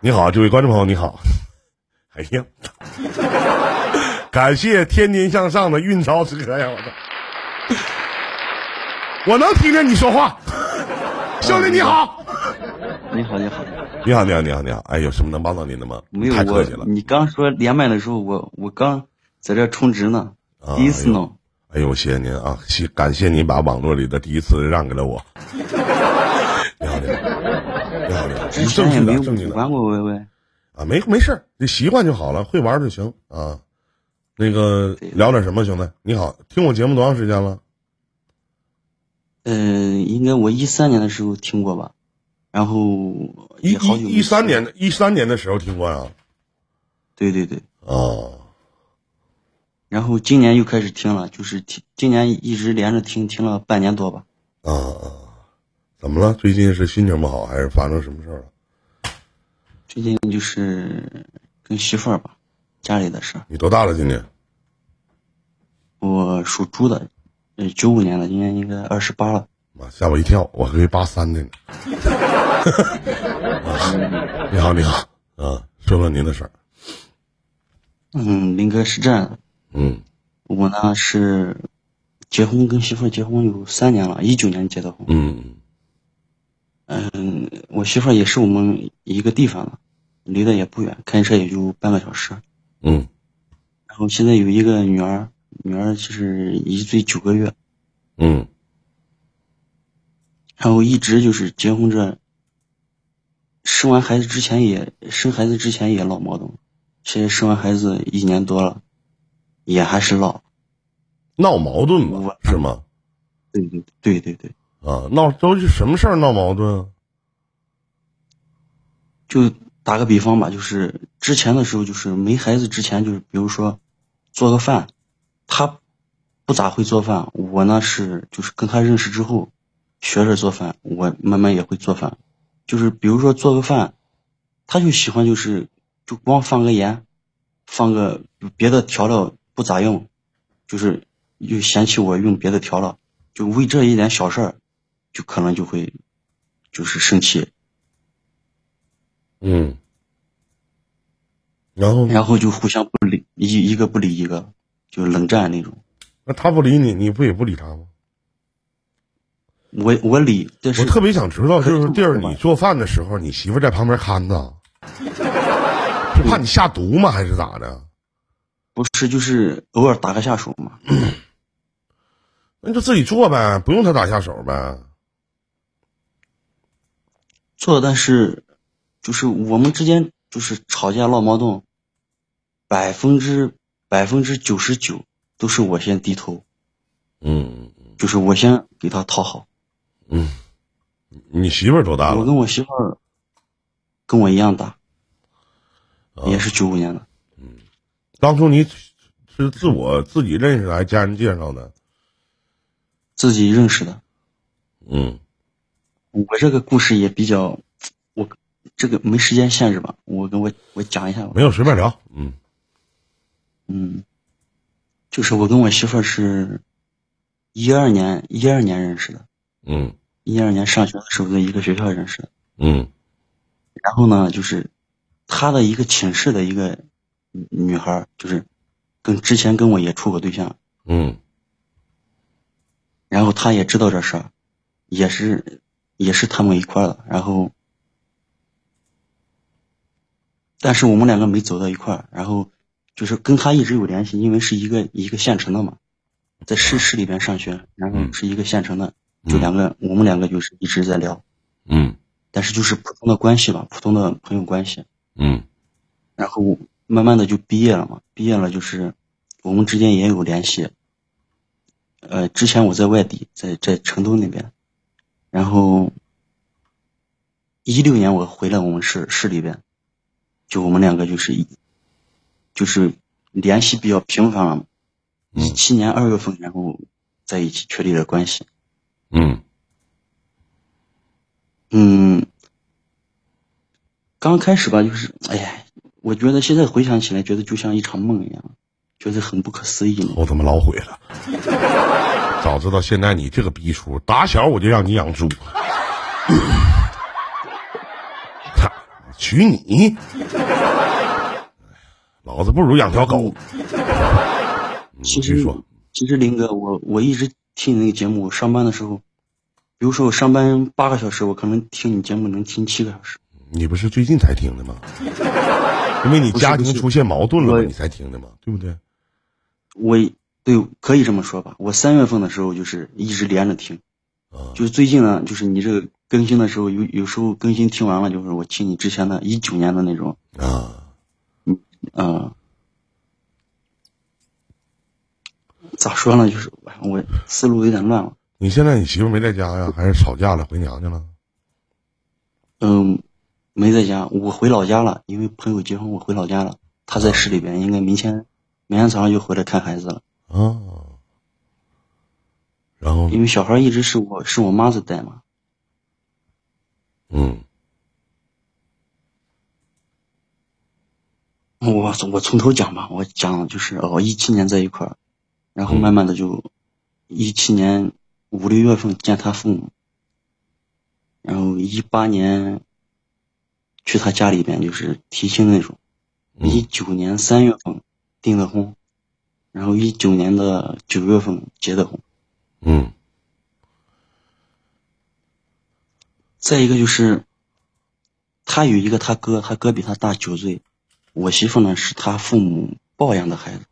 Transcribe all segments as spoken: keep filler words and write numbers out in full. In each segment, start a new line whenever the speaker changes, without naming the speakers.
你好，这位观众朋友，你好。哎呀，感谢天天向上的运钞车呀！我操，我能听见你说话，兄弟你好。
你好，你好，
你好，你好，你好，你好。哎，有什么能帮到您的吗？
没有，
太客气了。
你刚说连麦的时候，我我刚在这充值呢，
啊、
第一次弄。
哎呦，谢谢您啊！谢感谢您把网络里的第一次让给了我。你好，你好，你好，你好。
之前也没有玩过微微
啊，没没事，你习惯就好了，会玩就行啊。那个聊点什么，兄弟？你好，听我节目多长时间了？
嗯、呃，应该我一三年的时候听过吧，然后
一好久一三年的一三年的时候听过呀、啊。
对对对。
哦。
然后今年又开始听了，就是听今年一直连着听，听了半年多吧。
啊啊！怎么了？最近是心情不好，还是发生什么事了？
最近就是跟媳妇儿吧，家里的事。
你多大了？今年？
我属猪的，呃，九五年的，今年应该二十八了。
妈，吓我一跳，我还以为八三的呢。啊、你好，你好，啊，说说您的事儿。
嗯，林哥是这样的。
嗯，
我呢是结婚跟媳妇儿结婚有三年了，一九年结的婚。
嗯
嗯，我媳妇儿也是我们一个地方的，离得也不远，开车也就半个小时。
嗯，
然后现在有一个女儿，女儿就是一岁九个月。
嗯，
然后一直就是结婚这，生完孩子之前也生孩子之前也闹矛盾，现在生完孩子一年多了。也还是闹，
闹矛盾吧，是吗？
对对对对对。
啊，闹都是什么事儿闹矛盾啊？
就打个比方吧，就是之前的时候，就是没孩子之前，就是比如说做个饭，他不咋会做饭，我呢是就是跟他认识之后学着做饭，我慢慢也会做饭。就是比如说做个饭，他就喜欢就是就光放个盐，放个别的调料。不咋用，就是又嫌弃我用别的调料，就为这一点小事儿，就可能就会就是生气。
嗯，然后
然后就互相不理，一一个不理一个，就冷战那种。
那他不理你，你不也不理他吗？
我我理，但是
我特别想知道，就是弟儿，你做饭的时候，你媳妇在旁边看着，是怕你下毒吗？还是咋的？
不是，就是偶尔打个下手嘛。
那就自己做呗，不用他打下手呗。
做，但是就是我们之间就是吵架闹矛盾，百分之百分之九十九都是我先低头。
嗯，
就是我先给他讨好。
嗯，你媳妇儿多大了？
我跟我媳妇儿跟我一样大，
啊、
也是九五年的。
嗯。当初你是自我自己认识的还是家人介绍的？
自己认识的。
嗯，
我这个故事也比较，我这个没时间限制吧，我跟我我讲一下吧。
没有，随便聊。嗯
嗯，就是我跟我媳妇儿是一二年一二年认识的。
嗯，
一二年上学的时候在一个学校认识的。
嗯，
然后呢，就是她的一个寝室的一个女孩，就是跟之前跟我也处过对象。
嗯，
然后她也知道这事儿，也是也是他们一块儿的。然后，但是我们两个没走到一块儿。然后就是跟她一直有联系，因为是一个一个县城的嘛，在市市里边上学，然后是一个县城的，就两个我们两个就是一直在聊。
嗯，
但是就是普通的关系吧，普通的朋友关系。
嗯，
然后慢慢的就毕业了嘛，毕业了就是我们之间也有联系。呃，之前我在外地，在在成都那边，然后一六年我回来我们市市里边，就我们两个就是一就是联系比较频繁了。一七年二月份，然后在一起确立了关系。
嗯
嗯，刚开始吧，就是哎呀，我觉得现在回想起来，觉得就像一场梦一样，觉得很不可思议。
我他妈老悔了，早知道现在你这个逼出，打小我就让你养猪。 娶你，老子不如养条狗。
其实
说，
其实林哥，我我一直听你那个节目，我上班的时候，比如说我上班八个小时，我可能听你节目能听七个小时。
你不是最近才听的吗？因为你家庭出现矛盾了，你才听的嘛，对不对？
我对，可以这么说吧。我三月份的时候就是一直连着听，
啊、
就是最近呢，就是你这个更新的时候，有有时候更新听完了，就是我听你之前的一九年的那种
啊，
嗯嗯、呃，咋说呢？就是我思路有点乱了。
你现在你媳妇没在家呀？还是吵架了回娘家了？
嗯，没在家，我回老家了，因为朋友结婚，我回老家了。他在市里边，应该明天明天早上就回来看孩子了。
啊，然后
因为小孩一直是我是我妈在带嘛。
嗯，
我我从头讲吧，我讲就是哦，一七年在一块儿，然后慢慢的就一七年五六月份见他父母，然后一八年去他家里边就是提亲那种，一九年三月份订的婚，然后一九年的九月份结的婚。
嗯，
再一个就是他有一个他哥，他哥比他大九岁，我媳妇呢是他父母抱养的孩子，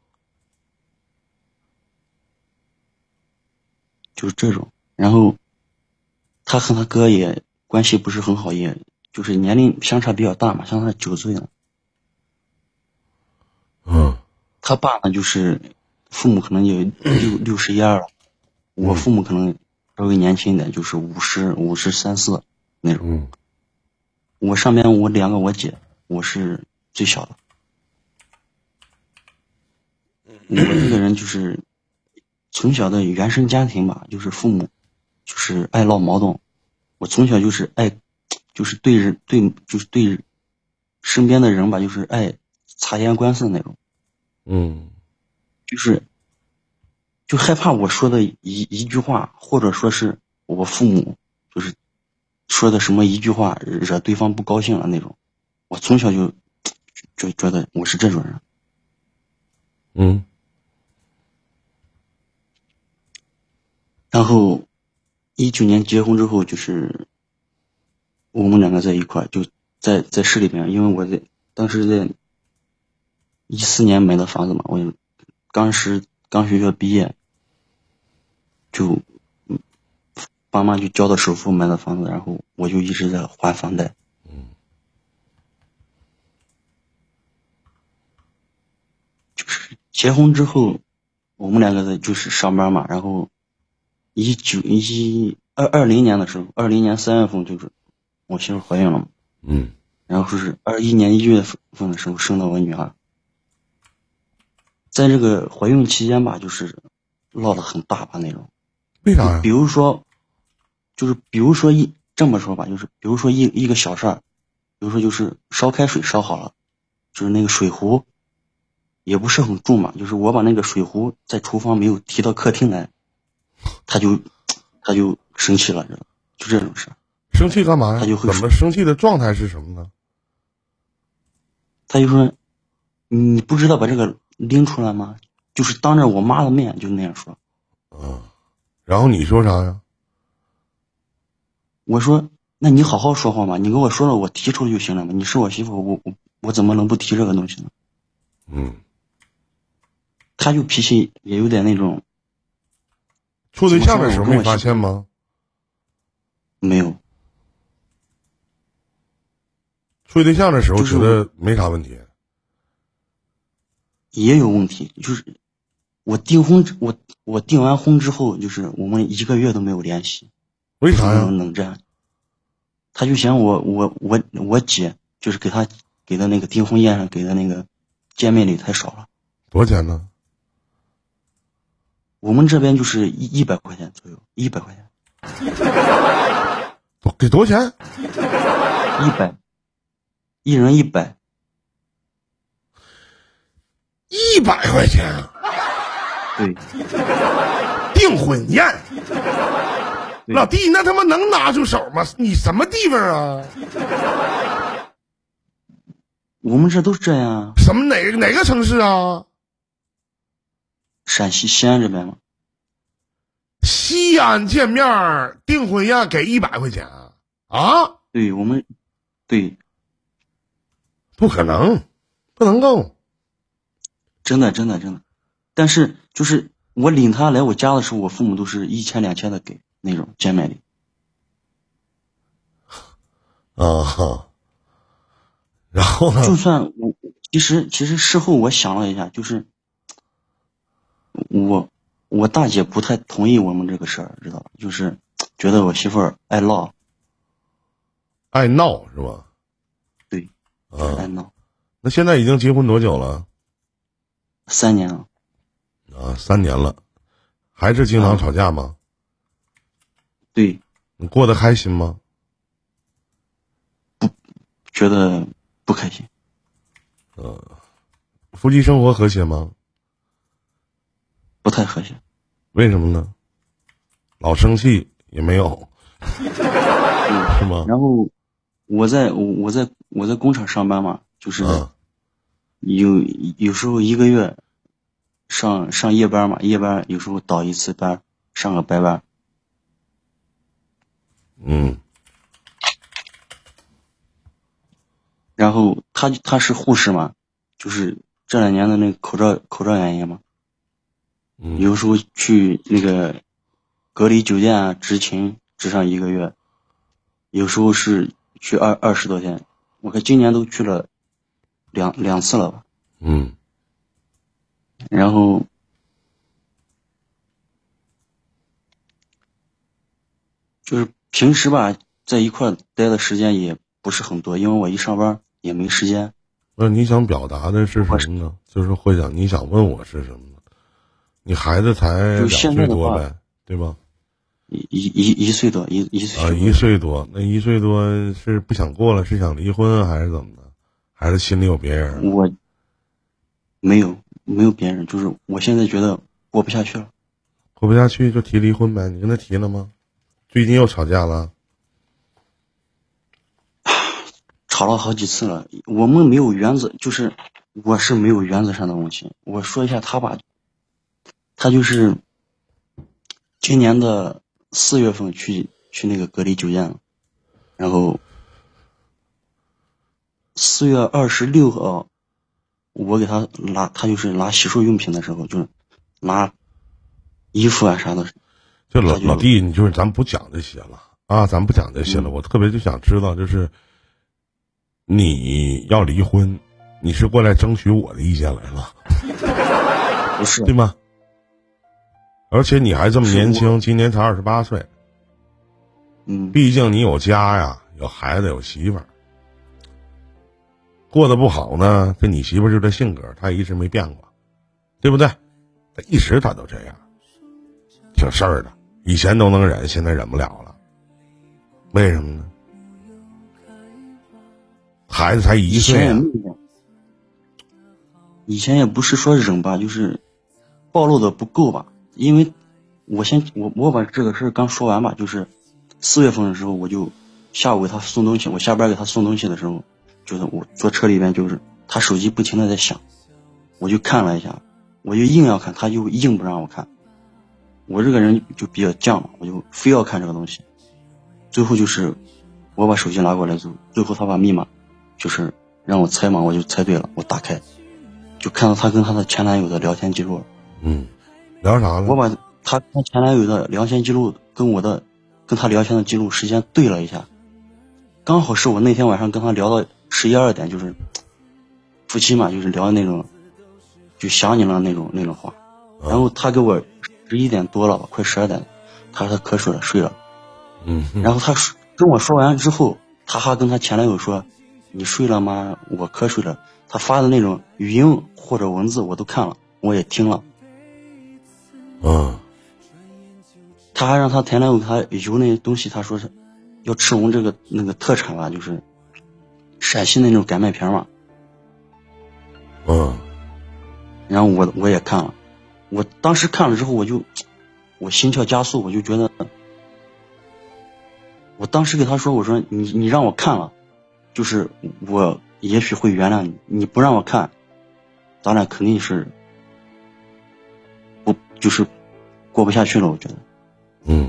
就是这种。然后他和他哥也关系不是很好，也就是年龄相差比较大嘛，相差九岁呢。
嗯，
他爸呢就是父母可能有六六十一二了，我父母可能稍微年轻一点，就是五十五十三四那种。
嗯，
我上边我两个我姐，我是最小的。我这个人就是从小的原生家庭吧，就是父母就是爱闹矛盾，我从小就是爱，就是对人对就是对身边的人吧，就是爱察言观色那种。
嗯，
就是就害怕我说的一一句话，或者说是我父母就是说的什么一句话惹对方不高兴了那种。我从小就就觉得我是这种人。
嗯，
然后一九年结婚之后，就是我们两个在一块，就在在市里边，因为我在当时在一四年买的房子嘛，我当时刚学校毕业，就爸妈就交的首付买的房子，然后我就一直在还房贷。
嗯，
就是结婚之后，我们两个在就是上班嘛，然后一九一二二零年的时候，二零年三月份就是我媳妇怀孕了嘛，
嗯，
然后是二一年一月份的时候生了我女儿。在这个怀孕期间吧，就是闹得很大吧那种。
为啥呀？
比如说，就是比如说一这么说吧，就是比如说一一个小事儿，比如说就是烧开水烧好了，就是那个水壶也不是很重嘛，就是我把那个水壶在厨房没有提到客厅来，他就他就生气了，知道吗？就这种事。
生气干嘛呀？
他就会
怎么生气的状态是什么呢？
他就说：“你不知道把这个拎出来吗？”就是当着我妈的面就那样说。
啊，然后你说啥呀？
我说：“那你好好说话嘛，你跟我说了，我提出就行了嘛。你是我媳妇，我我我怎么能不提这个东西呢？”
嗯，
他就脾气也有点那种。
处对象的时候没发现吗？
没有。
处对象的时候觉得没啥问题。
也有问题，就是我订婚，我我订完婚之后，就是我们一个月都没有联系。
为啥呀？
冷战。他就嫌我我我我姐就是给他给的那个订婚宴上给的那个见面礼太少了。
多少钱呢？
我们这边就是一一百块钱左右，一百块钱。
给多少钱？
一百，一人一百。
一百块钱啊！
对，
订婚宴，老弟，那他妈能拿出手吗？你什么地方啊？
我们这都是这样啊。
什么哪哪个城市啊？
陕西西安这边吗？
西安见面订婚宴给一百块钱啊？
对，我们对，
不可能，不能够，
真的真的真的。但是就是我领他来我家的时候，我父母都是一千两千的给那种见面礼。
啊，然后呢？
就算我其实其实事后我想了一下，就是我我大姐不太同意我们这个事儿，知道吧？就是觉得我媳妇儿爱闹，
爱闹是吧？
对，
啊，
爱闹。
那现在已经结婚多久了？
三年了。
啊，三年了，还是经常吵架吗？
啊、对。
你过得开心吗？
不，觉得不开心。
呃，夫妻生活和谐吗？
不太和谐。
为什么呢？老生气也没有，是吗？
然后我在我在我在工厂上班嘛，就是有有时候一个月上上夜班嘛，夜班有时候倒一次班，上个白班。
嗯。
然后他他是护士嘛，就是这两年的那个口罩口罩原因嘛，
嗯，
有时候去那个隔离酒店啊执勤执上一个月，有时候是去二二十多天，我看今年都去了两两次了吧。
嗯。
然后就是平时吧，在一块待的时间也不是很多，因为我一上班也没时间。
那你想表达的是什么呢？就是会想你想问我是什么呢？你孩子才两岁多呗，对吧？
一一一一岁多，一一岁
啊，一岁多，那一岁多是不想过了，是想离婚还是怎么的？还是心里有别人？
我没有没有别人，就是我现在觉得过不下去了。
过不下去就提离婚呗，你跟他提了吗？最近又吵架了？
吵了好几次了，我们没有原则，就是我是没有原则上的问题。我说一下他吧，他就是今年的四月份去去那个隔离酒店了，然后四月二十六号，我给他拿，他就是拿洗漱用品的时候，就是拿衣服啊啥的。
就老老弟，你就是咱不讲这些了啊，咱不讲这些了。嗯、我特别就想知道，就是你要离婚，你是过来争取我的意见来了，
不是
对吗？而且你还这么年轻，今年才二十八岁，
嗯，
毕竟你有家呀，有孩子，有媳妇儿，过得不好呢。这你媳妇儿就这性格，她一直没变过，对不对？她一直她都这样，挺事儿的。以前都能忍，现在忍不了了，为什么呢？孩子才一岁啊。
以前也不是说忍吧，就是暴露的不够吧。因为我先我我把这个事刚说完吧，就是四月份的时候，我就下午给他送东西，我下班给他送东西的时候，就是我坐车里边，就是他手机不停的在响，我就看了一下，我就硬要看，他就硬不让我看。我这个人就比较犟嘛，我就非要看这个东西。最后就是我把手机拿过来之后，最后他把密码就是让我猜嘛，我就猜对了，我打开就看到他跟他的前男友的聊天记录了。
嗯，聊啥了？
我把他跟前男友的聊天记录跟我的跟他聊天的记录时间对了一下，刚好是我那天晚上跟他聊到十一二点，就是夫妻嘛，就是聊那种就想你了那种那种话。然后他给我十一点多了吧，快十二点，他说他瞌睡了，睡了。
嗯，
然后他跟我说完之后，他还跟他前男友说：“你睡了吗？我瞌睡了。”他发的那种语音或者文字我都看了，我也听了。
嗯，
他还让他前男友给他邮那东西，他说是要吃我们这个那个特产吧，就是陕西那种擀麦皮嘛。
嗯，
然后我我也看了，我当时看了之后，我就我心跳加速，我就觉得，我当时给他说，我说你你让我看了，就是我也许会原谅你。你不让我看，咱俩肯定是不就是过不下去了，我觉得。
嗯。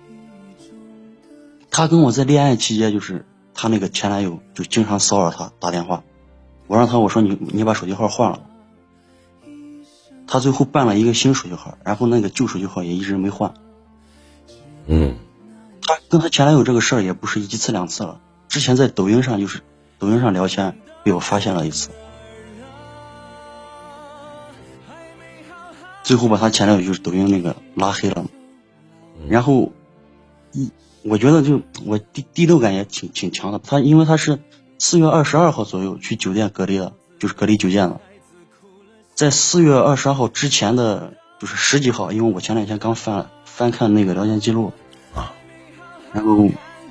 他跟我在恋爱期间，就是他那个前男友就经常骚扰他打电话，我让他我说你你把手机号换了，他最后办了一个新手机号，然后那个旧手机号也一直没换。
嗯。
他跟他前男友这个事儿也不是一次两次了，之前在抖音上就是抖音上聊天被我发现了一次，最后把他前男友就是抖音那个拉黑了。然后一我觉得就我第第六感也挺挺强的，他因为他是四月二十二号左右去酒店隔离的，就是隔离酒店了。在四月二十二号之前的就是十几号，因为我前两天刚翻翻看那个聊天记录
啊，
然后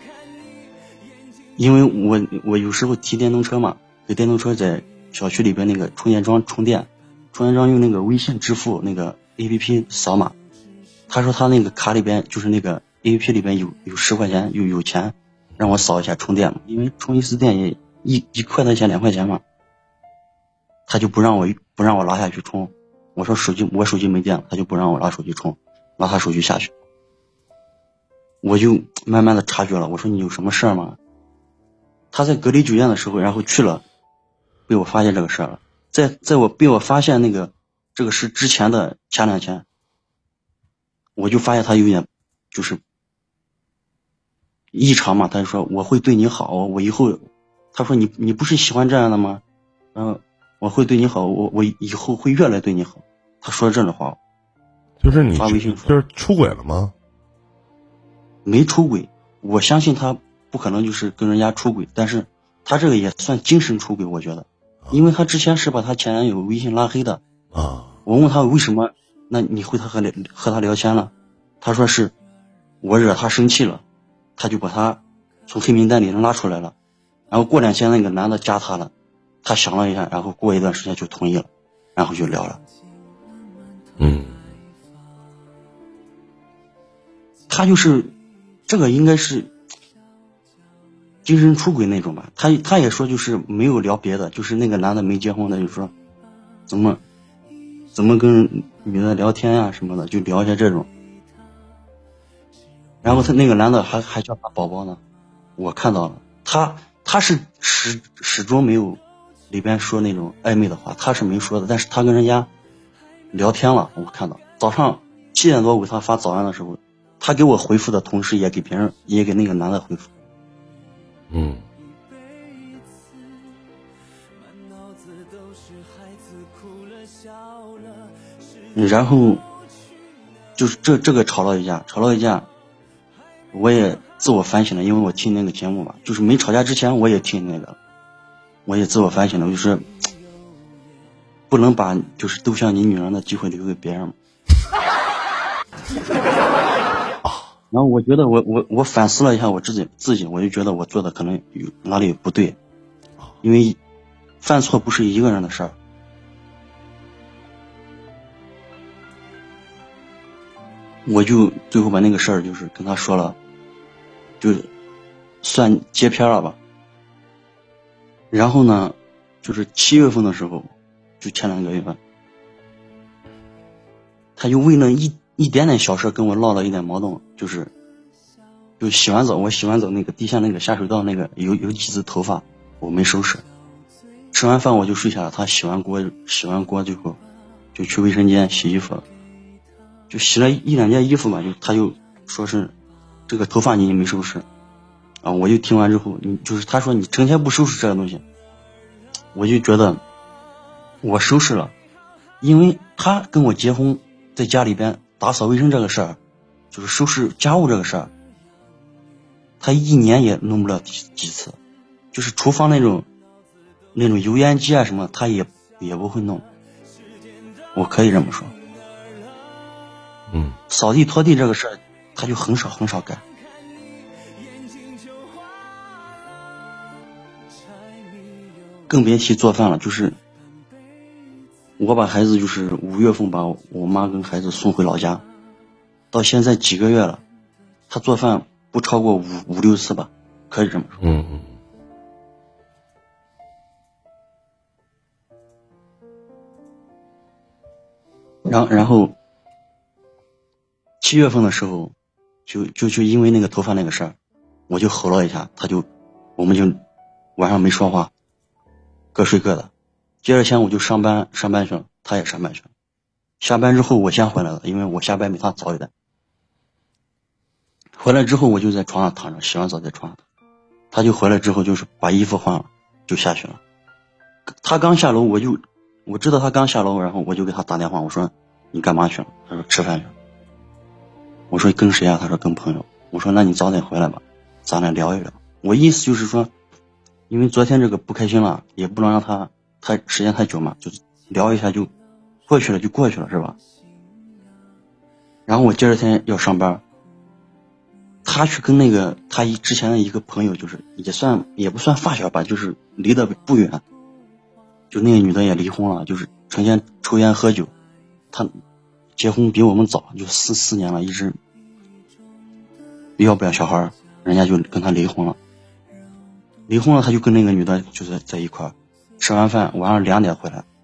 因为我我有时候骑电动车嘛，给电动车在小区里边那个充电桩充电，充电桩用那个微信支付那个 A P P 扫码，他说他那个卡里边就是那个 A P P 里边有有十块钱有有钱，让我扫一下充电嘛，因为充一次电也一一块钱两块钱嘛，他就不让我不让我拉下去充，我说手机我手机没电了，他就不让我拉手机充，拉他手机下去，我就慢慢的察觉了，我说你有什么事儿吗？他在隔离酒店的时候，然后去了，被我发现这个事儿了，在在我被我发现那个这个事之前的前两天，我就发现他有点就是异常嘛，他就说我会对你好，我以后，他说你你不是喜欢这样的吗？嗯，我会对你好，我我以后会越来对你好。他说这样的话，
就是你
发微信
就是出轨了吗？
没出轨，我相信他不可能就是跟人家出轨，但是他这个也算精神出轨，我觉得，因为他之前是把他前男友微信拉黑的
啊。
我问他为什么，那你会他和和他聊天了？他说是我惹他生气了，他就把他从黑名单里拉出来了，然后过两天那个男的加他了，他想了一下，然后过一段时间就同意了，然后就聊了。
嗯，
他就是这个应该是精神出轨那种吧，他他也说就是没有聊别的，就是那个男的没结婚的，就说怎么怎么跟女的聊天呀、啊、什么的，就聊一下这种。然后他那个男的还还叫他宝宝呢，我看到了，他他是始始终没有里边说那种暧昧的话，他是没说的，但是他跟人家聊天了，我看到早上七点多我给他发早安的时候，他给我回复的同时也给别人也给那个男的回复。
嗯，
然后就是这这个吵了一架，吵了一架，我也自我反省了，因为我听那个节目吧，就是没吵架之前我也听那个，我也自我反省了，就是不能把就是都像你女人的机会留给别人嘛。然后我觉得我我我反思了一下我自己自己，我就觉得我做的可能有哪里不对，因为犯错不是一个人的事儿。我就最后把那个事儿就是跟他说了，就算接片了吧。然后呢，就是七月份的时候，就前两个月份，他就为了一一点点小事跟我闹了一点矛盾，就是就洗完澡，我洗完澡那个地下那个下水道那个有有几只头发我没收拾，吃完饭我就睡下了，他洗完锅洗完锅之后就去卫生间洗衣服了，就洗了一两件衣服嘛，就他就说是这个头发你也没收拾啊，我就听完之后，你就是他说你成天不收拾这个东西，我就觉得我收拾了，因为他跟我结婚，在家里边打扫卫生这个事儿，就是收拾家务这个事儿，他一年也弄不了几几次，就是厨房那种那种油烟机啊什么，他也也不会弄，我可以这么说。
嗯，
扫地拖地这个事儿，他就很少很少干。更别提做饭了，就是我把孩子就是五月份把我妈跟孩子送回老家，到现在几个月了，他做饭不超过五五六次吧，可以这么说。
嗯嗯。
然后然后七月份的时候，就就就因为那个头发那个事儿，我就吼了一下，他就我们就晚上没说话，各睡各的。第二天我就上班上班去了，他也上班去了。下班之后我先回来了，因为我下班比他早一点。回来之后我就在床上躺着，洗完澡在床上躺。他就回来之后就是把衣服换了，就下去了。他刚下楼，我就我知道他刚下楼，然后我就给他打电话，我说你干嘛去了？他说吃饭去了。我说跟谁啊？他说跟朋友。我说那你早点回来吧，咱俩聊一聊。我意思就是说，因为昨天这个不开心了，也不能让他他时间太久嘛，就聊一下就过去了，就过去了，是吧？然后我第二天要上班，他去跟那个他一之前的一个朋友，就是也算也不算发小吧，就是离得不远。就那个女的也离婚了，就是成天抽烟喝酒。她结婚比我们早，就四四年了，一直要不了小孩，人家就跟他离婚了。离婚了，他就跟那个女的就在在一块儿，吃完饭晚上两点回来，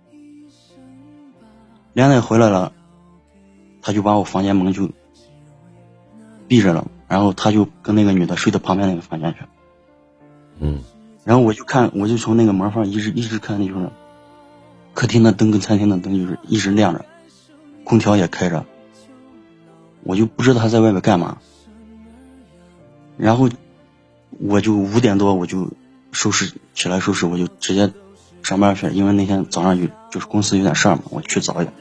两点回来了，他就把我房间门就闭着了，然后他就跟那个女的睡到旁边那个房间去。
嗯，
然后我就看，我就从那个门上一直一直看，就是客厅的灯跟餐厅的灯就是一直亮着，空调也开着，我就不知道他在外面干嘛。然后我就五点多我就收拾起来收拾，我就直接上班去，因为那天早上有就是公司有点事儿嘛，我去早一点。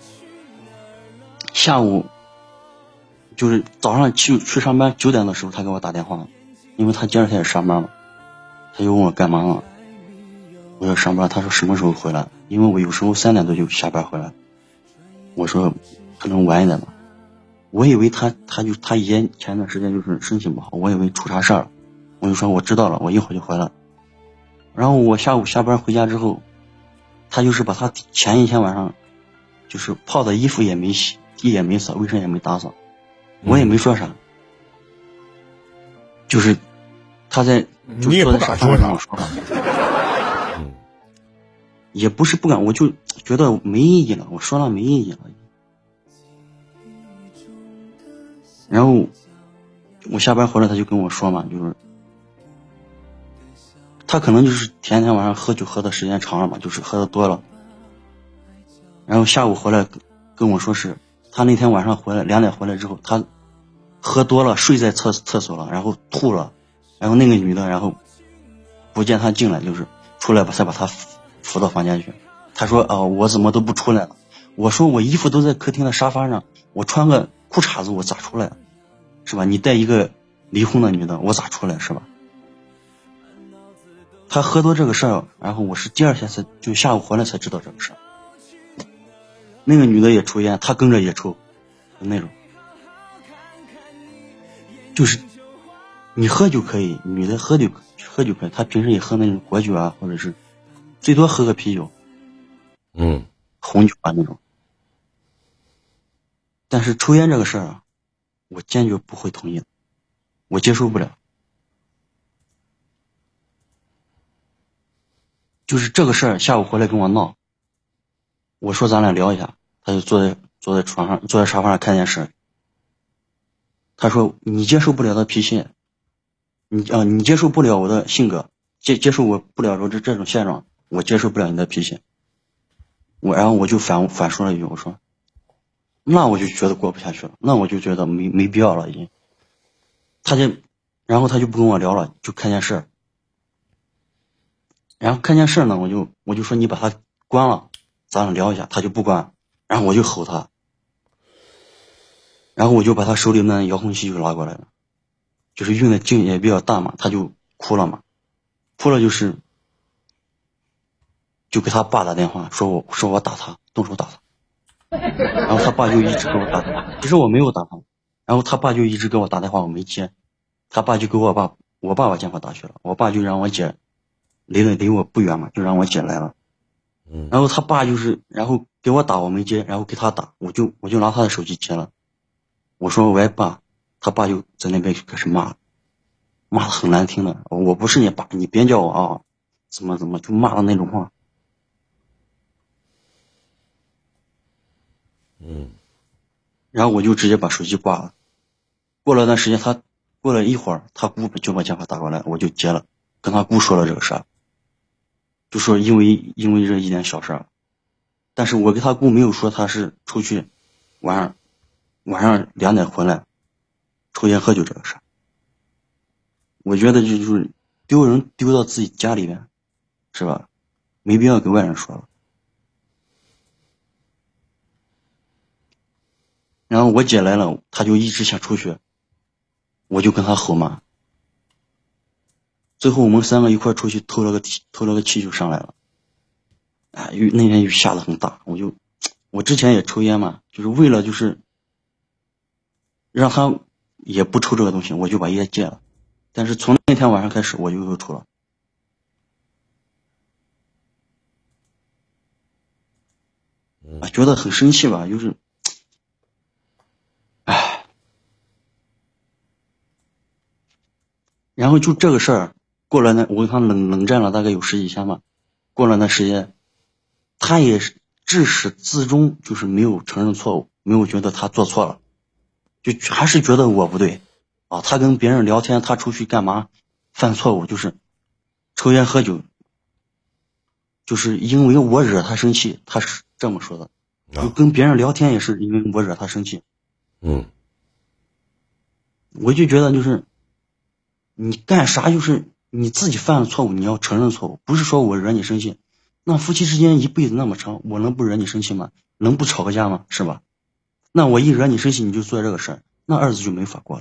下午就是早上去去上班九点的时候，他给我打电话，因为他第二天也上班嘛，他就问我干嘛了。我要上班，他说什么时候回来？因为我有时候三点多就下班回来。我说可能晚一点吧。我以为他他就他以前前段时间就是身体不好，我以为出啥事儿了。我就说我知道了，我一会儿就回来。然后我下午下班回家之后，他就是把他前一天晚上就是泡的衣服也没洗，地也没扫，卫生也没打扫，我也没说啥。就是他在就坐在沙发上说啥。也不是不敢，我就觉得没意义了，我说了没意义了。然后我下班回来，他就跟我说嘛，就是他可能就是前天晚上喝酒喝的时间长了嘛，就是喝的多了。然后下午回来跟我说是，他那天晚上回来两点回来之后，他喝多了睡在厕厕所了，然后吐了，然后那个女的然后不见他进来，就是出来吧，才把他扶到房间去。他说啊、呃，我怎么都不出来了？我说我衣服都在客厅的沙发上，我穿个裤衩子我咋出来？是吧？你带一个离婚的女的，我咋出来？是吧？他喝多这个事儿，然后我是第二天才就下午回来才知道这个事儿。那个女的也抽烟，他跟着也抽，就那种，就是你喝就可以，女的喝就喝就可以，他平时也喝那种果酒啊，或者是最多喝个啤酒。
嗯，
红酒啊那种。但是抽烟这个事儿啊，我坚决不会同意的，我接受不了。就是这个事儿，下午回来跟我闹，我说咱俩聊一下，他就坐在坐在床上，坐在沙发上看电视。他说你接受不了的脾气，你啊、呃、你接受不了我的性格，接接受我不了我这这种现状，我接受不了你的脾气。我然后我就反反说了一句，我说那我就觉得过不下去了，那我就觉得没没必要了已经。他就然后他就不跟我聊了，就看电视。然后看电视呢，我就我就说你把他关了，咱俩聊一下，他就不关，然后我就吼他，然后我就把他手里那遥控器就拿过来了，就是用的劲也比较大嘛，他就哭了嘛，哭了就是就给他爸打电话，说我说我打他，动手打他，然后他爸就一直给我打电话，其实我没有打他，然后他爸就一直给我打电话，我没接，他爸就给我爸我爸爸电话打去了，我爸就让我姐离得离我不远嘛，就让我姐来了，然后他爸就是然后给我打我没接，然后给他打，我就我就拿他的手机接了，我说喂爸，他爸就在那边就开始骂，骂的很难听的，我不是你爸，你别叫我啊，怎么怎么就骂的那种话。
嗯，
然后我就直接把手机挂了。过了段时间，他过了一会儿，他姑就把电话打过来，我就接了，跟他姑说了这个事儿，就说因为因为这一点小事儿，但是我跟他姑没有说他是出去晚上晚上两点回来抽烟喝酒这个事儿。我觉得就是丢人丢到自己家里面，是吧？没必要给外人说了。然后我姐来了，他就一直想出去，我就跟他吼嘛。最后我们三个一块出去偷了个偷了个气就上来了。啊，雨那天雨下得很大，我就我之前也抽烟嘛，就是为了就是让他也不抽这个东西，我就把烟戒了。但是从那天晚上开始，我就又抽了。啊，觉得很生气吧，就是，唉。然后就这个事儿过了那，我跟他冷冷战了大概有十几天吧。过了那时间，他也是至始至终就是没有承认错误，没有觉得他做错了，就还是觉得我不对啊。他跟别人聊天，他出去干嘛犯错误，就是抽烟喝酒，就是因为我惹他生气，他是这么说的。就跟别人聊天也是因为我惹他生气。
嗯，
我就觉得就是你干啥就是你自己犯了错误，你要承认错误，不是说我惹你生气。那夫妻之间一辈子那么长，我能不惹你生气吗？能不吵个架吗？是吧？那我一惹你生气，你就做这个事儿，那日子就没法过了。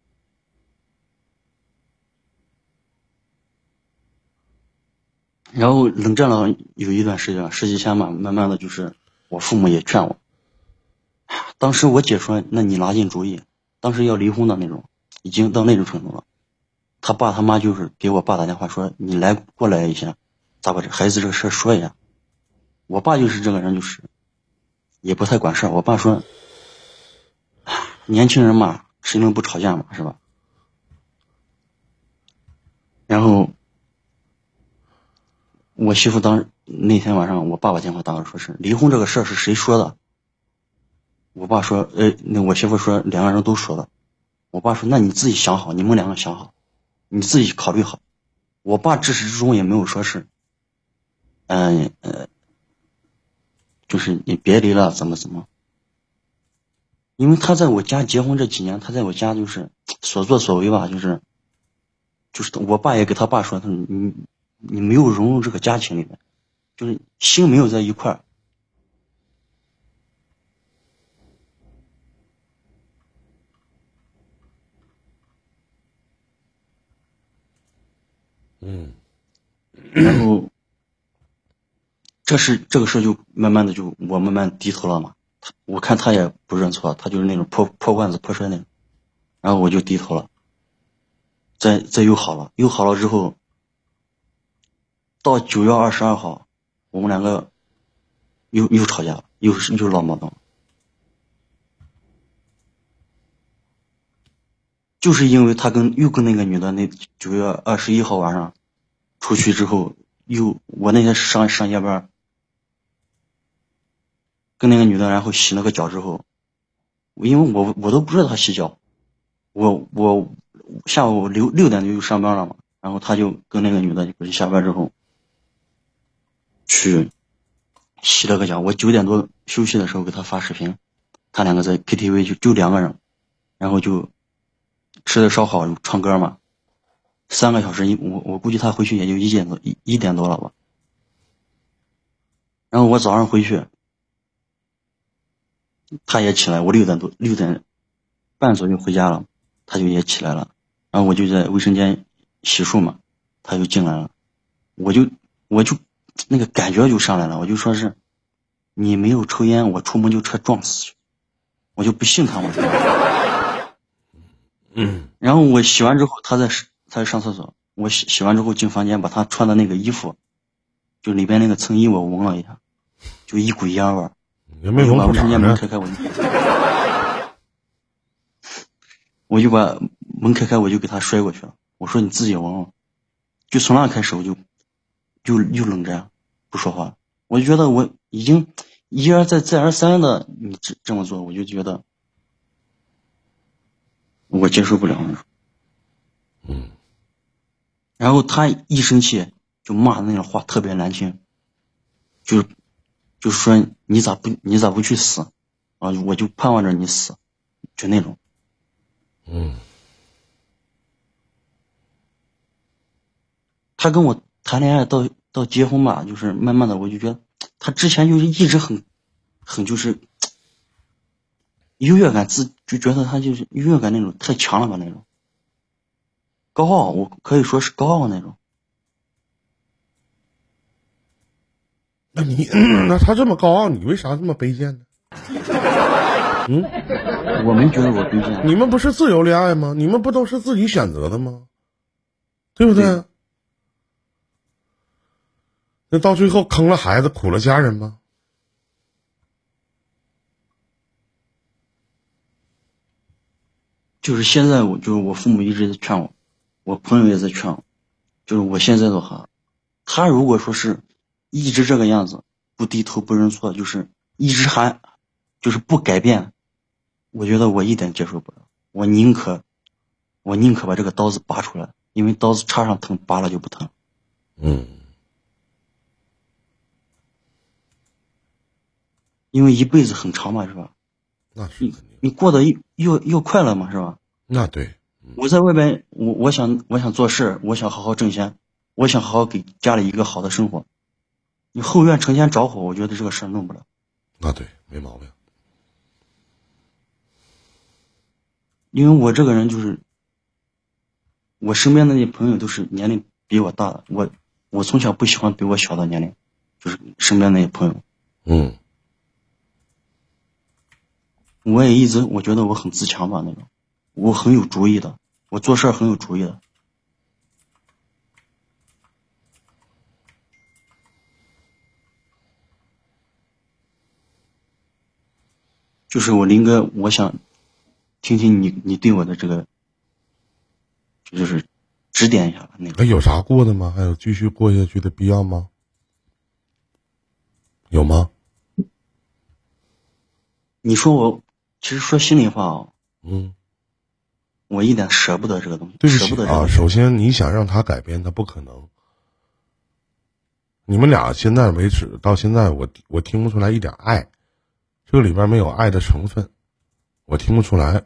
然后冷战了有一段时间，十几天嘛，慢慢的就是我父母也劝我。当时我姐说，那你拿定主意，当时要离婚的那种，已经到那种程度了。他爸他妈就是给我爸打电话说，你来过来一下，咋把这孩子这个事儿说一下。我爸就是这个人，就是也不太管事儿。我爸说，年轻人嘛，谁能不吵架嘛，是吧？然后我媳妇当那天晚上，我爸把电话打过来，说是离婚这个事儿是谁说的？我爸说，呃，那我媳妇说两个人都说的。我爸说，那你自己想好，你们两个想好，你自己考虑好。我爸至始至终也没有说是，嗯呃，就是你别离了，怎么怎么。因为他在我家结婚这几年，他在我家就是所作所为吧，就是就是我爸也给他爸说，他说你你没有融入这个家庭里面，就是心没有在一块儿。
嗯，
然后这是这个事就慢慢的就我慢慢低头了嘛。我看他也不认错，他就是那种破破罐子破摔那种，然后我就低头了。再再又好了，又好了之后，到九月二十二号，我们两个又又吵架了，又是又闹矛盾，就是因为他跟又跟那个女的那九月二十一号晚上出去之后，又我那天上上夜班，跟那个女的然后洗了个脚之后，因为我我都不知道他洗脚，我我下午六六点就上班了嘛，然后他就跟那个女的就下班之后去洗了个脚。我九点多休息的时候给他发视频，他两个在 K T V 就就两个人，然后就吃的烧烤唱歌嘛，三个小时，我我估计他回去也就一点多一一点多了吧。然后我早上回去，他也起来，我六点多六点半左右回家了，他就也起来了，然后我就在卫生间洗漱嘛，他就进来了，我就我就那个感觉就上来了，我就说是你没有抽烟，我出门就车撞死去，我就不信他们。
嗯，
然后我洗完之后，他在他在上厕所，我洗洗完之后进房间，把他穿的那个衣服，就里边那个衬衣我闻了一下，就一股烟味儿。
也没闻
我就把卫生间门
出
开开，我就我就把门开开，我就给他摔过去了。我说你自己闻闻。就从那开始我就就又冷战，不说话。我就觉得我已经一而再再而三的你这这么做，我就觉得我接受不了。
嗯。
然后他一生气就骂的那种话特别难听，就就说你咋不你咋不去死啊？我就盼望着你死，就那种。
嗯。
他跟我谈恋爱到到结婚吧，就是慢慢的我就觉得他之前就是一直很很就是优越感，自就觉得他就是优越感那种太强了吧，那种高傲，我可以说是高傲那种。
那你、嗯、那他这么高傲，你为啥这么卑贱呢？嗯，
我没觉得我卑贱。
你们不是自由恋爱吗？你们不都是自己选择的吗？对不对？对，那到最后坑了孩子，苦了家人吗？
就是现在我就是我父母一直在劝我，我朋友也在劝我，就是我现在的话，他如果说是一直这个样子，不低头不认错，就是一直还就是不改变，我觉得我一点接受不了。我宁可我宁可把这个刀子拔出来，因为刀子插上疼，拔了就不疼。
嗯，
因为一辈子很长嘛，是吧？
那是肯定。
你过得又又快乐嘛，是吧？
那对。
嗯、我在外边，我我想我想做事，我想好好挣钱，我想好好给家里一个好的生活。你后院成天着火，我觉得这个事儿弄不了。
那对，没毛病。
因为我这个人就是，我身边的那些朋友都是年龄比我大的，我我从小不喜欢比我小的年龄，就是身边那些朋友。
嗯。
我也一直我觉得我很自强吧，那种，我很有主意的，我做事很有主意的。就是我林哥，我想听听你你对我的这个，就是指点一下那个。
有啥过的吗？还有继续过下去的必要吗？有吗？
你说我，其实说心里话啊，
嗯，
我一点舍不得这个东西。
对不
起
啊，首先你想让他改变，他不可能。你们俩现在为止到现在，我我听不出来一点爱，这个里边没有爱的成分，我听不出来。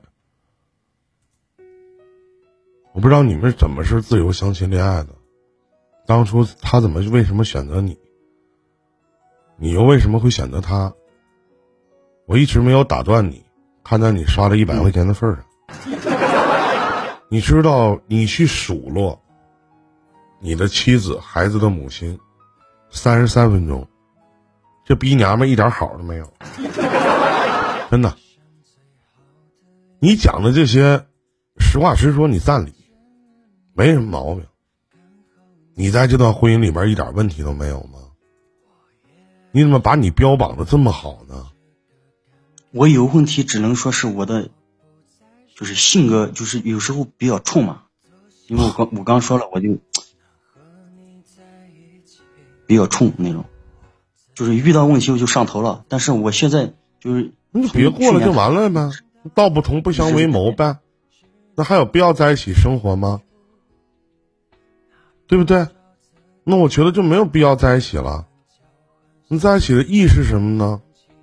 我不知道你们怎么是自由相亲恋爱的，当初他怎么为什么选择你，你又为什么会选择他？我一直没有打断你，看在你刷了一百块钱的份上，你知道你去数落你的妻子孩子的母亲三十三分钟，这逼娘们一点好都没有，真的。你讲的这些实话实说，你占理没什么毛病，你在这段婚姻里边一点问题都没有吗？你怎么把你标榜的这么好呢？
我有问题只能说是我的就是性格，就是有时候比较冲嘛，因为我刚我刚说了，我就比较冲那种，就是遇到问题我就上头了。但是我现在就是
你别过了就完了呗，道不同不相为谋呗，那还有必要在一起生活吗？对不对？那我觉得就没有必要在一起了。你在一起的意义是什么呢？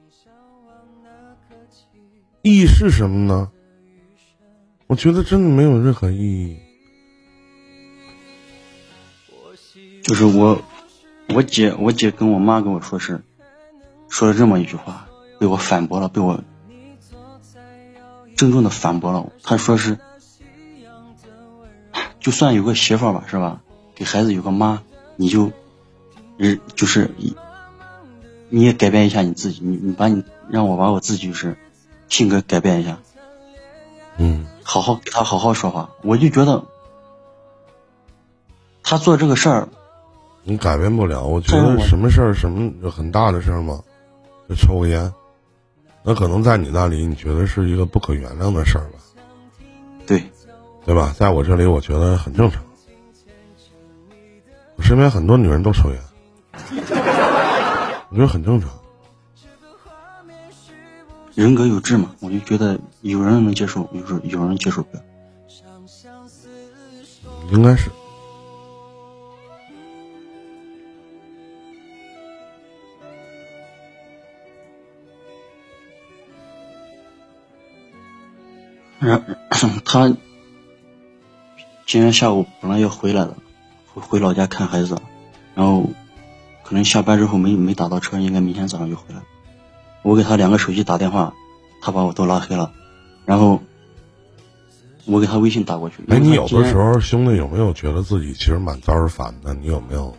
意义是什么呢？我觉得真的没有任何意义。
就是我我姐我姐跟我妈跟我说是说了这么一句话，被我反驳了，被我郑重的反驳了。她说是就算有个媳妇儿吧，是吧，给孩子有个妈，你就就是你也改变一下你自己，你你把你让我把我自己就是性格改变一下，
嗯，
好好给他好好说话。我就觉得他做这个事儿，
你改变不了。我觉得什么事儿，什么很大的事儿嘛，就抽个烟，那可能在你那里，你觉得是一个不可原谅的事儿吧？
对，
对吧？在我这里，我觉得很正常。我身边很多女人都抽烟，我觉得很正常。
人格有志嘛，我就觉得有人能接受，有时候有人接受不了。
应该是。
然他今天下午本来要回来的，回回老家看孩子，然后可能下班之后没没打到车，应该明天早上就回来。我给他两个手机打电话，他把我都拉黑了，然后我给他微信打过去。
哎，你有的时候兄弟有没有觉得自己其实蛮招人烦的？你有没有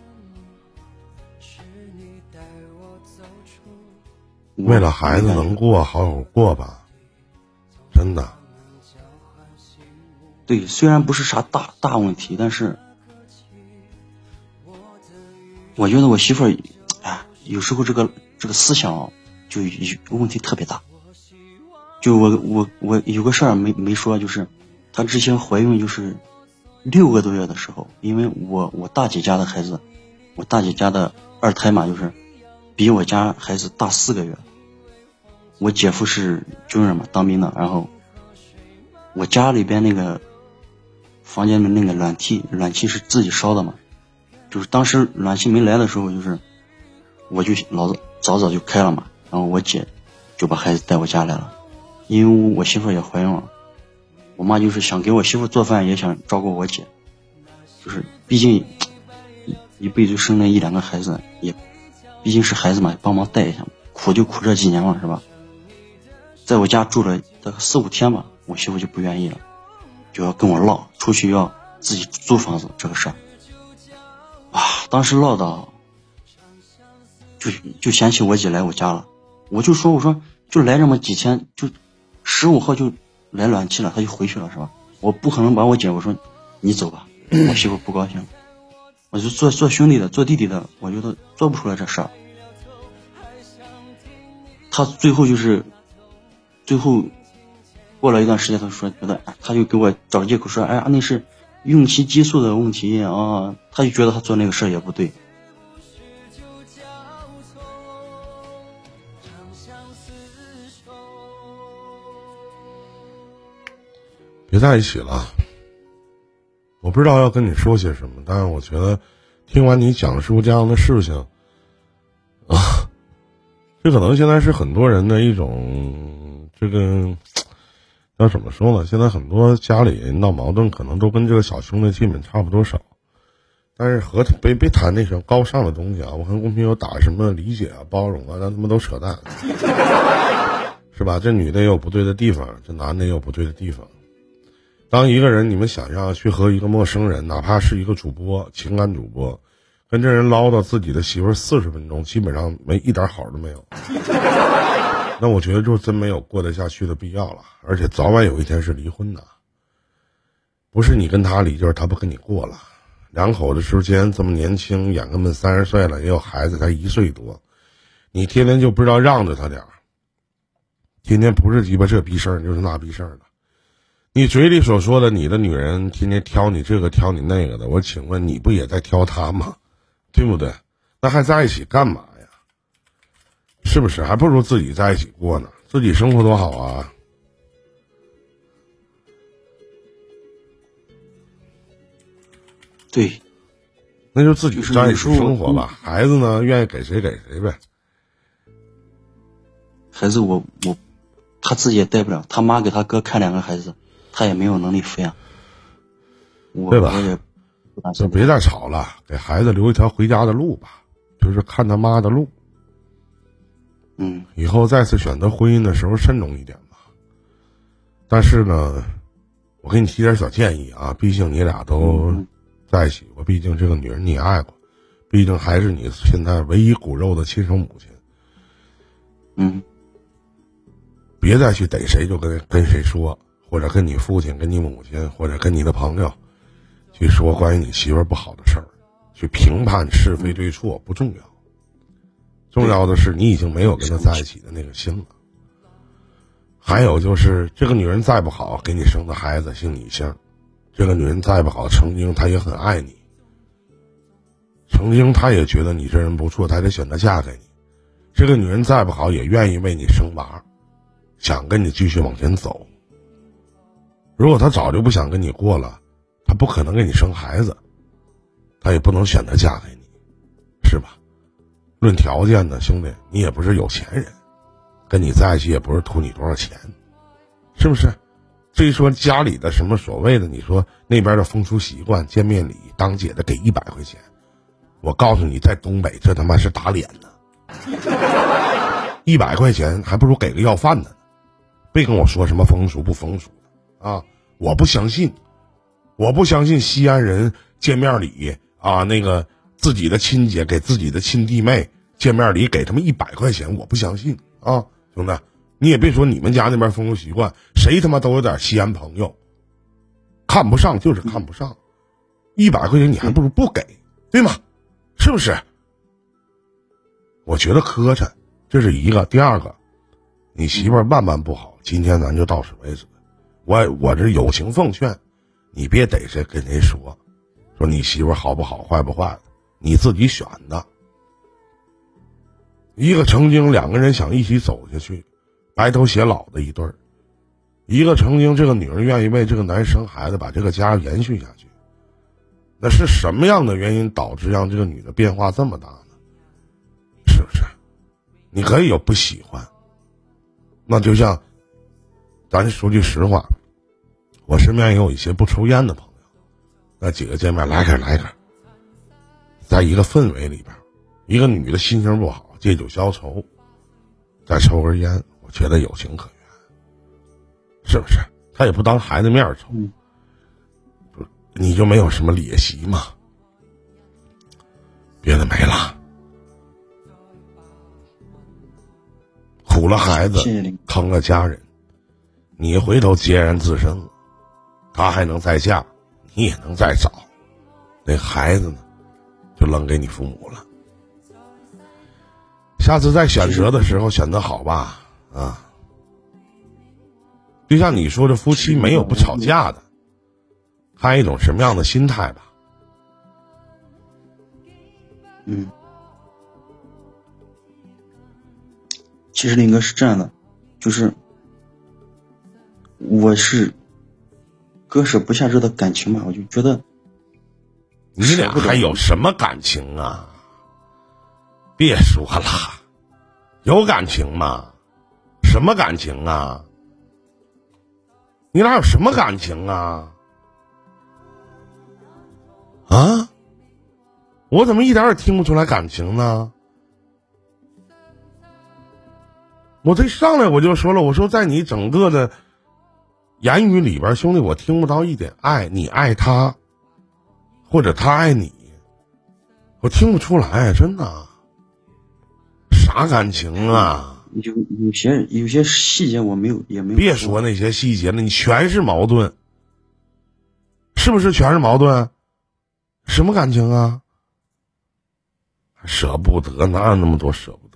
为了孩子能过好好过吧？真的。
对，虽然不是啥大大问题，但是我觉得我媳妇儿，哎，有时候这个这个思想就有问题特别大。就我我我有个事儿没没说，就是她之前怀孕就是六个多月的时候，因为我我大姐家的孩子，我大姐家的二胎嘛，就是比我家孩子大四个月。我姐夫是军人嘛，当兵的，然后我家里边那个房间的那个暖气，暖气是自己烧的嘛，就是当时暖气没来的时候，就是我就老早早就开了嘛，然后我姐就把孩子带我家来了，因为我媳妇也怀孕了，我妈就是想给我媳妇做饭，也想照顾我姐，就是毕竟一辈子生了一两个孩子，也毕竟是孩子嘛，帮忙带一下，苦就苦这几年了，是吧？在我家住了大概四五天吧，我媳妇就不愿意了，就要跟我唠出去要自己租房子这个事儿。啊，当时唠的就就嫌弃我姐来我家了，我就说我说就来这么几天，就十五号就来暖气了，他就回去了是吧？我不可能把我姐我说你走吧，我媳妇不高兴，我就做做兄弟的做弟弟的，我觉得做不出来这事儿。他最后就是最后过了一段时间，他说觉得他就给我找借口说，哎呀那是孕期激素的问题啊，他就觉得他做那个事儿也不对。
别在一起了，我不知道要跟你说些什么，但是我觉得听完你讲述这样的事情啊，这可能现在是很多人的一种这个要怎么说呢，现在很多家里闹矛盾可能都跟这个小兄弟基本差不多少，但是和别别谈那种高尚的东西啊，我看公屏有打什么理解啊包容啊，那他妈都扯淡是吧？这女的也有不对的地方，这男的也有不对的地方。当一个人你们想要去和一个陌生人，哪怕是一个主播情感主播，跟这人唠叨自己的媳妇四十分钟，基本上没一点好都没有那我觉得就真没有过得下去的必要了，而且早晚有一天是离婚的，不是你跟他离，就是他不跟你过了。两口子之间这么年轻，眼根本三十岁了，也有孩子才一岁多，你天天就不知道让着他点儿，天天不是鸡巴这逼事儿就是那逼事儿的。你嘴里所说的你的女人天天挑你这个挑你那个的，我请问你不也在挑她吗？对不对？那还在一起干嘛呀？是不是？还不如自己在一起过呢，自己生活多好啊。
对，
那就自己在一起生活吧，孩子呢愿意给谁给谁呗。
孩子我我他自己也带不了，他妈给他哥看两个孩子，他也没有能力抚养，我
对吧？
我也不打算。
就别再吵了，给孩子留一条回家的路吧，就是看他妈的路。
嗯，
以后再次选择婚姻的时候慎重一点吧。但是呢，我给你提点小建议啊，毕竟你俩都在一起过，毕竟这个女人你也爱过，毕竟还是你现在唯一骨肉的亲生母亲。
嗯，
别再去逮谁就跟跟谁说，或者跟你父亲、跟你母亲，或者跟你的朋友去说关于你媳妇儿不好的事儿，去评判是非对错不重要，重要的是你已经没有跟她在一起的那个心了。还有就是这个女人再不好，给你生的孩子姓你姓，这个女人再不好，曾经她也很爱你，曾经她也觉得你这人不错，她得选择嫁给你。这个女人再不好，也愿意为你生娃， 想跟你继续往前走。如果他早就不想跟你过了，他不可能给你生孩子，他也不能选择嫁给你，是吧？论条件呢，兄弟，你也不是有钱人，跟你在一起也不是图你多少钱，是不是？至于说家里的什么所谓的，你说那边的风俗习惯，见面礼，当姐的给一百块钱，我告诉你，在东北这他妈是打脸呢。一百块钱还不如给个要饭的呢，别跟我说什么风俗不风俗啊！我不相信，我不相信西安人见面礼啊，那个自己的亲姐给自己的亲弟妹见面礼给他们一百块钱，我不相信啊，兄弟，你也别说你们家那边风俗习惯，谁他妈都有点西安朋友，看不上就是看不上，一百块钱你还不如不给，对吗？是不是？我觉得磕碜，这是一个。第二个，你媳妇儿万万不好，今天咱就到此为止。我我这友情奉劝，你别逮谁跟谁说，说你媳妇儿好不好，坏不坏，你自己选的。一个曾经两个人想一起走下去，白头偕老的一对儿；一个曾经这个女人愿意为这个男人生孩子，把这个家延续下去。那是什么样的原因导致让这个女的变化这么大呢？是不是？你可以有不喜欢，那就像咱说句实话，我身边也有一些不抽烟的朋友，那几个见面来点来点，在一个氛围里边，一个女的心情不好，借酒消愁，再抽根烟，我觉得有情可原，是不是？他也不当孩子面抽，你就没有什么裂隙吗？别的没了，苦了孩子，坑了家人，你回头孑然自身了，他还能再嫁，你也能再找，那孩子呢，就扔给你父母了。下次再选择的时候选择好吧，啊，就像你说的，夫妻没有不吵架的，看一种什么样的心态吧。
嗯，其实林哥是这样的，就是我是割舍不下这段感情嘛，我就觉得
你俩还有什么感情啊？别说了，有感情吗？什么感情啊？你俩有什么感情啊？啊？我怎么一点也听不出来感情呢？我这上来我就说了，我说在你整个的言语里边，兄弟，我听不到一点爱，你爱他，或者他爱你，我听不出来，真的。啥感情啊？
有有些有些细节我没有也没有。
别说那些细节了，你全是矛盾，是不是全是矛盾？什么感情啊？舍不得，哪有那么多舍不得？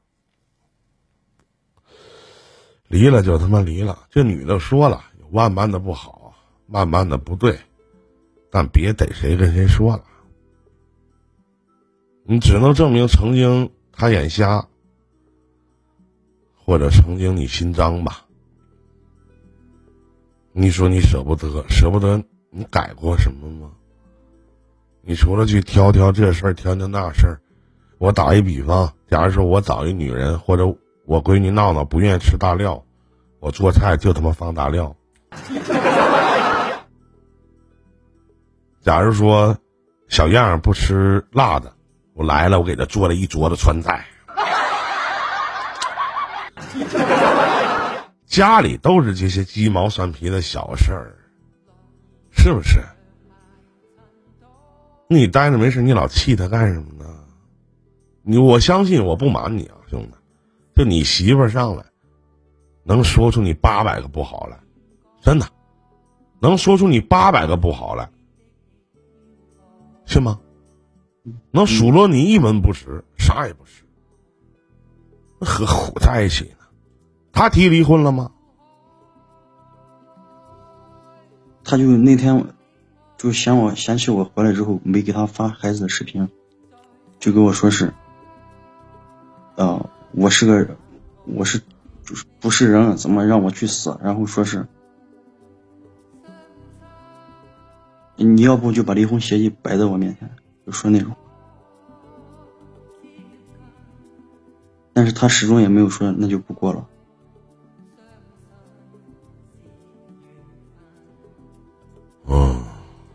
离了就他妈离了。这女的说了，有万般的不好，万般的不对，但别逮谁跟谁说了。你只能证明曾经他眼瞎，或者曾经你心脏吧。你说你舍不得，舍不得，你改过什么吗？你除了去挑挑这事儿，挑挑那事儿，我打一比方，假如说我找一女人，或者我闺女闹闹不愿意吃大料，我做菜就他妈放大料。假如说小样不吃辣的，我来了，我给他做了一桌子川菜。家里都是这些鸡毛蒜皮的小事儿，是不是？你待着没事，你老气他干什么呢？你我相信，我不瞒你啊，兄弟，就你媳妇儿上来，能说出你八百个不好来，真的，能说出你八百个不好来，是吗？能数落你一文不值，啥也不是，何苦在一起呢？他提离婚了吗？
他就那天就嫌我嫌弃我回来之后没给他发孩子的视频，就跟我说是，呃，我是个我是就是不是人，怎么让我去死？然后说是你要不就把离婚协议摆在我面前，就说那种。但是他始终也没有说那就不过了。
嗯，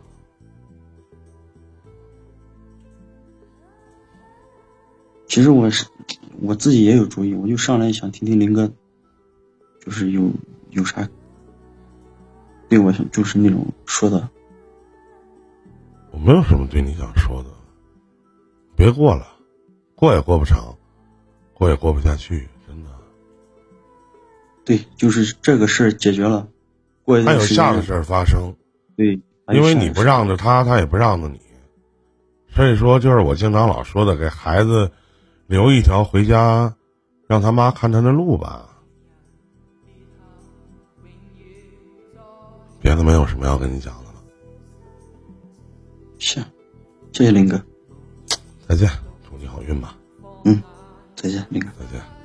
其实我是我自己也有主意，我就上来想听听林哥，就是有有啥对我想就是那种说的。
我没有什么对你想说的，别过了，过也过不成，过也过不下去，真的。
对，就是这个事儿解决了，过一
还
段时间
有下的事儿发生。
对，
因为你不让着他，他也不让着你，所以说就是我经常老说的，给孩子留一条回家让他妈看他的路吧。别的没有什么要跟你讲的了。
行，谢谢林哥，
再见，祝你好运吧。
嗯，再见，林哥，
再见。